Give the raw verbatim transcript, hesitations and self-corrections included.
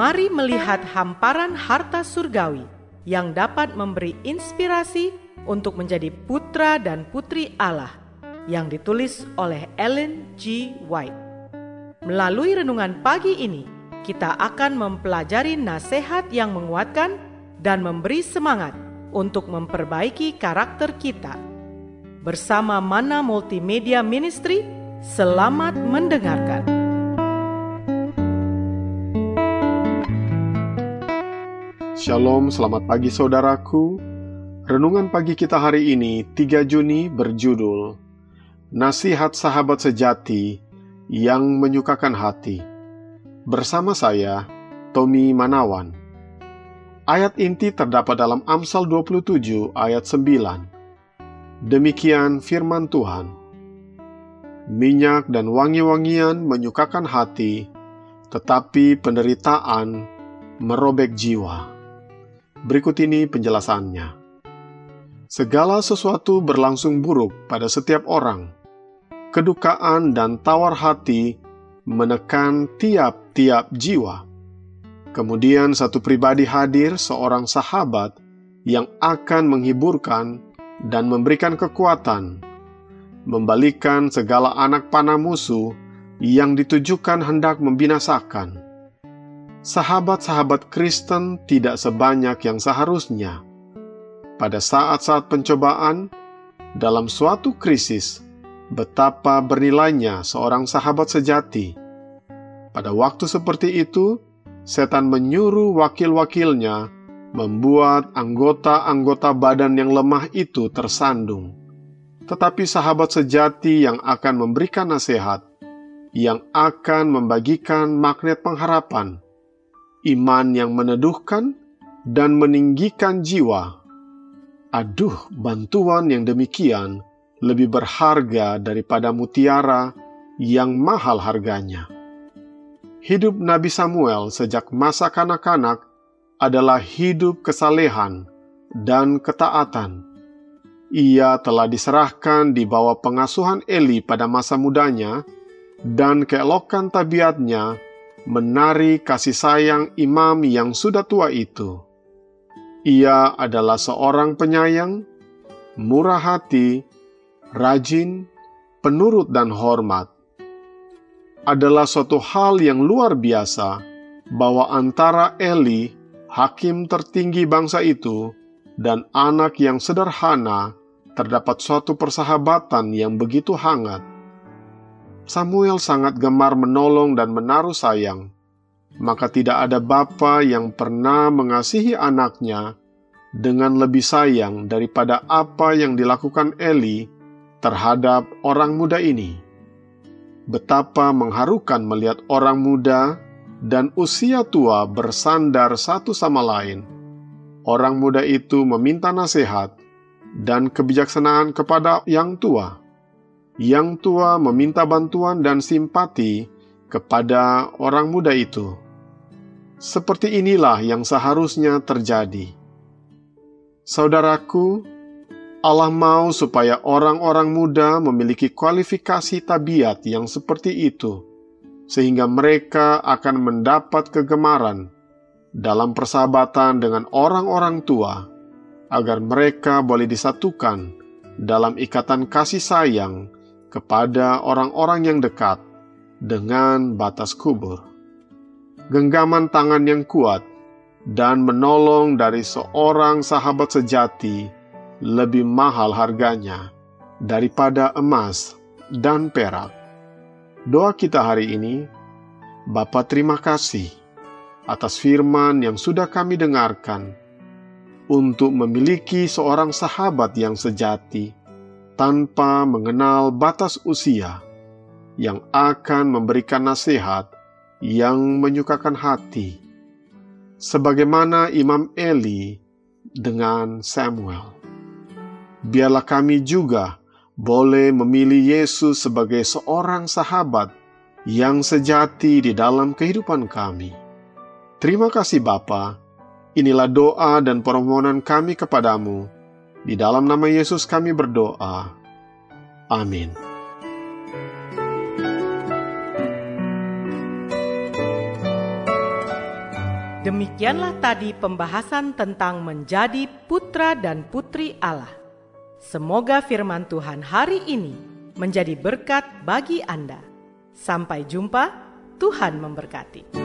mari melihat hamparan harta surgawi yang dapat memberi inspirasi untuk menjadi putra dan putri Allah, yang ditulis oleh Ellen G. White. Melalui renungan pagi ini, kita akan mempelajari nasihat yang menguatkan dan memberi semangat untuk memperbaiki karakter kita. Bersama Mana Multimedia Ministry, selamat mendengarkan. Shalom, selamat pagi saudaraku. Renungan pagi kita hari ini, tiga Juni, berjudul Nasihat Sahabat Sejati yang Menyukakan Hati. Bersama saya, Tommy Manawan. Ayat inti terdapat dalam Amsal dua puluh tujuh ayat sembilan. Demikian firman Tuhan. Minyak dan wangi-wangian menyukakan hati, tetapi penderitaan merobek jiwa. Berikut ini penjelasannya. Segala sesuatu berlangsung buruk pada setiap orang. Kedukaan dan tawar hati menekan tiap-tiap jiwa. Kemudian satu pribadi hadir, seorang sahabat yang akan menghiburkan dan memberikan kekuatan, membalikan segala anak panah musuh yang ditujukan hendak membinasakan. Sahabat-sahabat Kristen tidak sebanyak yang seharusnya. Pada saat-saat pencobaan, dalam suatu krisis, betapa bernilainya seorang sahabat sejati. Pada waktu seperti itu, setan menyuruh wakil-wakilnya membuat anggota-anggota badan yang lemah itu tersandung. Tetapi sahabat sejati yang akan memberikan nasihat, yang akan membagikan magnet pengharapan, iman yang meneduhkan dan meninggikan jiwa. Aduh, bantuan yang demikian lebih berharga daripada mutiara yang mahal harganya. Hidup Nabi Samuel sejak masa kanak-kanak adalah hidup kesalehan dan ketaatan. Ia telah diserahkan di bawah pengasuhan Eli pada masa mudanya, dan keelokan tabiatnya menarik kasih sayang imam yang sudah tua itu. Ia adalah seorang penyayang, murah hati, rajin, penurut dan hormat. Adalah suatu hal yang luar biasa bahwa antara Eli, hakim tertinggi bangsa itu, dan anak yang sederhana terdapat suatu persahabatan yang begitu hangat. Samuel sangat gemar menolong dan menaruh sayang, maka tidak ada bapa yang pernah mengasihi anaknya dengan lebih sayang daripada apa yang dilakukan Eli terhadap orang muda ini. Betapa mengharukan melihat orang muda dan usia tua bersandar satu sama lain. Orang muda itu meminta nasihat dan kebijaksanaan kepada yang tua. Yang tua meminta bantuan dan simpati kepada orang muda itu. Seperti inilah yang seharusnya terjadi. Saudaraku, Allah mau supaya orang-orang muda memiliki kualifikasi tabiat yang seperti itu, sehingga mereka akan mendapat kegemaran dalam persahabatan dengan orang-orang tua, agar mereka boleh disatukan dalam ikatan kasih sayang kepada orang-orang yang dekat dengan batas kubur. Genggaman tangan yang kuat dan menolong dari seorang sahabat sejati lebih mahal harganya daripada emas dan perak. Doa kita hari ini, Bapa, terima kasih atas firman yang sudah kami dengarkan untuk memiliki seorang sahabat yang sejati tanpa mengenal batas usia, yang akan memberikan nasihat yang menyukakan hati, sebagaimana Imam Eli dengan Samuel. Biarlah kami juga boleh memilih Yesus sebagai seorang sahabat yang sejati di dalam kehidupan kami. Terima kasih Bapa. Inilah doa dan permohonan kami kepadamu. Di dalam nama Yesus kami berdoa. Amin. Demikianlah tadi pembahasan tentang menjadi putra dan putri Allah. Semoga firman Tuhan hari ini menjadi berkat bagi Anda. Sampai jumpa, Tuhan memberkati.